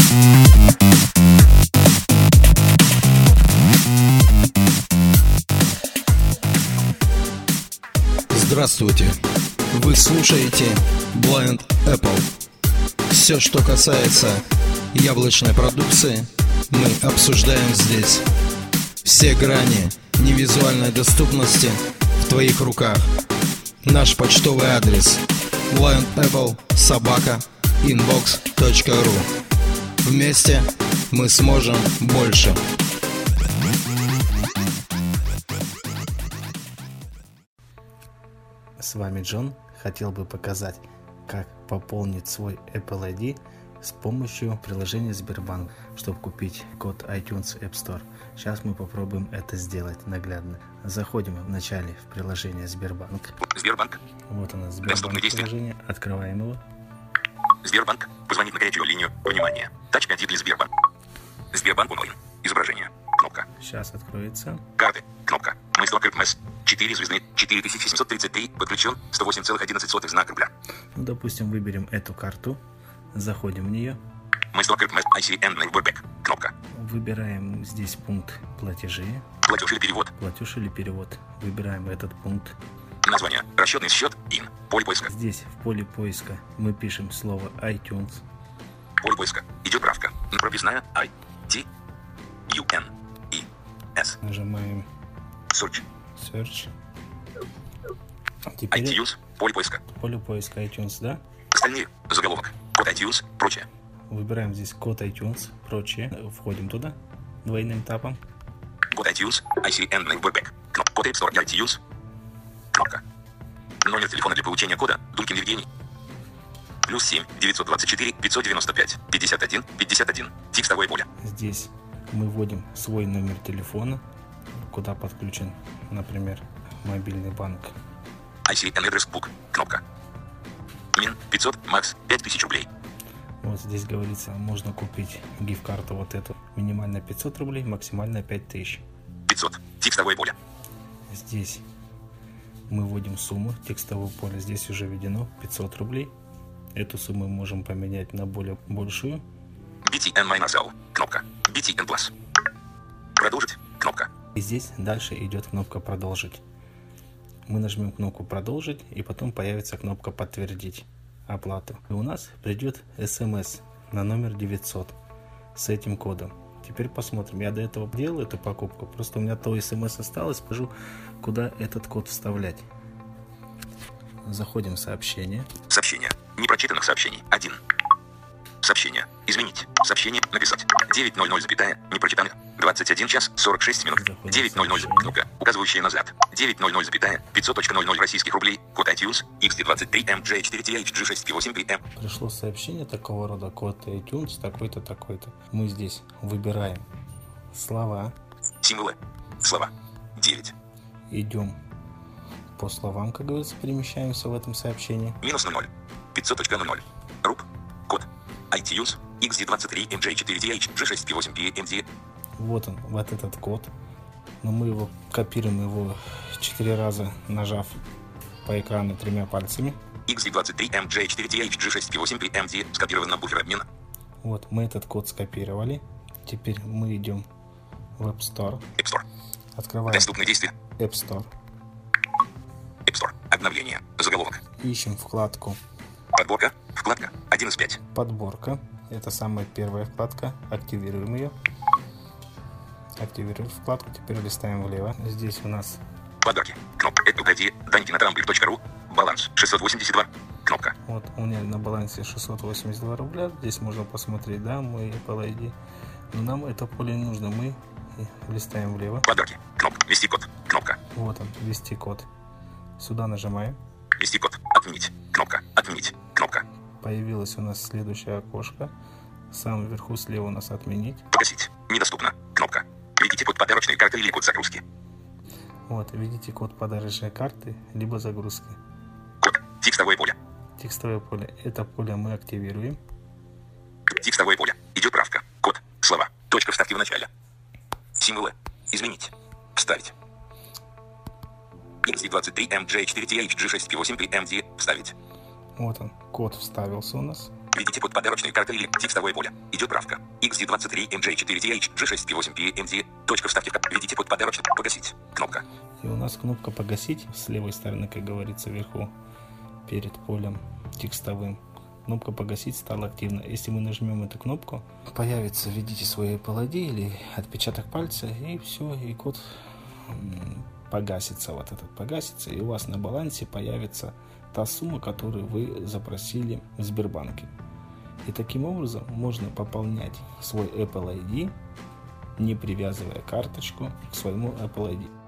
Здравствуйте! Вы слушаете Blind Apple. Все, что касается яблочной продукции, мы обсуждаем здесь. Все грани невизуальной доступности в твоих руках. Наш почтовый адрес blindapple@inbox.ru. Вместе мы сможем больше. С вами Джон. Хотел бы показать, как пополнить свой Apple ID с помощью приложения Сбербанк, чтобы купить код iTunes App Store. Сейчас мы попробуем это сделать наглядно. Заходим вначале в приложение Сбербанк. Сбербанк. Вот у нас Сбербанк приложение. Открываем его. Сбербанк. Позвонить на горячую линию. Внимание. Тач 5 для Сбербанк. Сбербанк онлайн. Изображение. Кнопка. Сейчас откроется. Карты. Кнопка. Мастер МС. 4 звезды. 4733. Подключен. 108,11 знак рубля. Ну, допустим, выберем эту карту. Заходим в нее. Мастер МС. ICN Neighborback. Кнопка. Выбираем здесь пункт платежи. Платеж или перевод. Платеж или перевод. Выбираем этот пункт. Название. Расчетный счет. IN. Поле поиска. Здесь в поле поиска мы пишем слово iTunes. Поле поиска. Идет правка. Прописная I. T. U. N. E. S. Нажимаем Search. Search. Теперь iTunes. Поле поиска. поле поиска iTunes, да? Остальные. Заголовок. Код iTunes. Прочее. Выбираем здесь код iTunes, прочее. Входим туда двойным тапом. Код iTunes. ICN Neighborback. Код App Store и iTunes. Кнопка. Номер телефона для получения кода. Дулькин Евгений. +7 924 595 51 51. Текстовое поле. Здесь мы вводим свой номер телефона, куда подключен, например, мобильный банк. ICN Address Book. Кнопка. Мин 500, Макс 5000 рублей. Вот здесь говорится, можно купить гифт-карту вот эту. Минимально 500 рублей, максимально 5000. 500. Текстовое поле. Здесь мы вводим сумму, текстовое поле здесь уже введено 500 рублей. Эту сумму мы можем поменять на более большую. BTN-L. Кнопка. BTN Plus. Продолжить. Кнопка. И здесь дальше идет кнопка «Продолжить». Мы нажмем кнопку «Продолжить», и потом появится кнопка «Подтвердить оплату». И у нас придет смс на номер 900 с этим кодом. Теперь посмотрим. Я до этого делал эту покупку, просто у меня то смс осталось. Скажу, куда этот код вставлять. Заходим в сообщение. Сообщение. Непрочитанных сообщений. 1. Сообщение. Изменить. Сообщение. Написать. 9:00, непрочитанных. 21 час 46 минут. 9:00. Кнопка, указывающая назад. 9:00, 500.00 российских рублей. Код iTunes. XD23MJ4THG6P8PM. Пришло сообщение такого рода. Код iTunes такой-то, такой-то. Мы здесь выбираем слова. Символы. Слова. 9. Идем по словам, как говорится, перемещаемся в этом сообщении. -00. 500.00. Руб. Код. iTunes. XD23MJ4THG6P8PMD. Вот он, вот этот код. Но мы его копируем 4 раза, нажав по экрану 3 пальцами. XD23MJ4THG6P8PMD. Скопирован на буфер обмена. Вот, мы этот код скопировали. Теперь мы идем в App Store. App Store. Открываем Доступные действия. App Store. App Store. Обновление. Заголовок. Ищем вкладку Подборка. Вкладка. 1 из 5. «Подборка». Это самая первая вкладка. Активируем ее. Активируем вкладку. Теперь листаем влево. Здесь у нас Подарки. Кнопка. Это угоди. Данькинатрамблик.ру. Баланс 682. Кнопка. вот у меня на балансе 682 рубля. Здесь можно посмотреть, да, мой Apple ID. Но нам это поле не нужно. Мы листаем влево. Подарки. Кнопка. Ввести код. Кнопка. Вот он, ввести код. Сюда нажимаем. Ввести код. Отменить. Кнопка. Отменить. Кнопка. Появилось у нас следующее окошко. В самом верху слева у нас «Отменить». Погасить. Недоступно. Кнопка. Введите код подарочной карты или код загрузки. Вот, введите код подарочной карты, либо загрузки. Код. Текстовое поле. Текстовое поле. Это поле мы активируем. Текстовое поле. Идет правка. Код. Слова. Точка вставки в начале. Символы. Изменить. Вставить. XD23MJ4THG6P8PMD. Вставить. Вот он, код вставился у нас. Введите код подарочные карты или текстовое поле. Идет правка. XD23MJ4DH G6P8PMD. Точка вставки. Введите код подарочный. Погасить. Кнопка. И у нас кнопка «Погасить» с левой стороны, как говорится, вверху, перед полем текстовым. Кнопка «Погасить» стала активна. Если мы нажмем эту кнопку, появится «Введите свой Apple ID» или отпечаток пальца, и все, и код погасится. Вот этот погасится, и у вас на балансе появится та сумма, которую вы запросили в Сбербанке. И таким образом можно пополнять свой Apple ID, не привязывая карточку к своему Apple ID.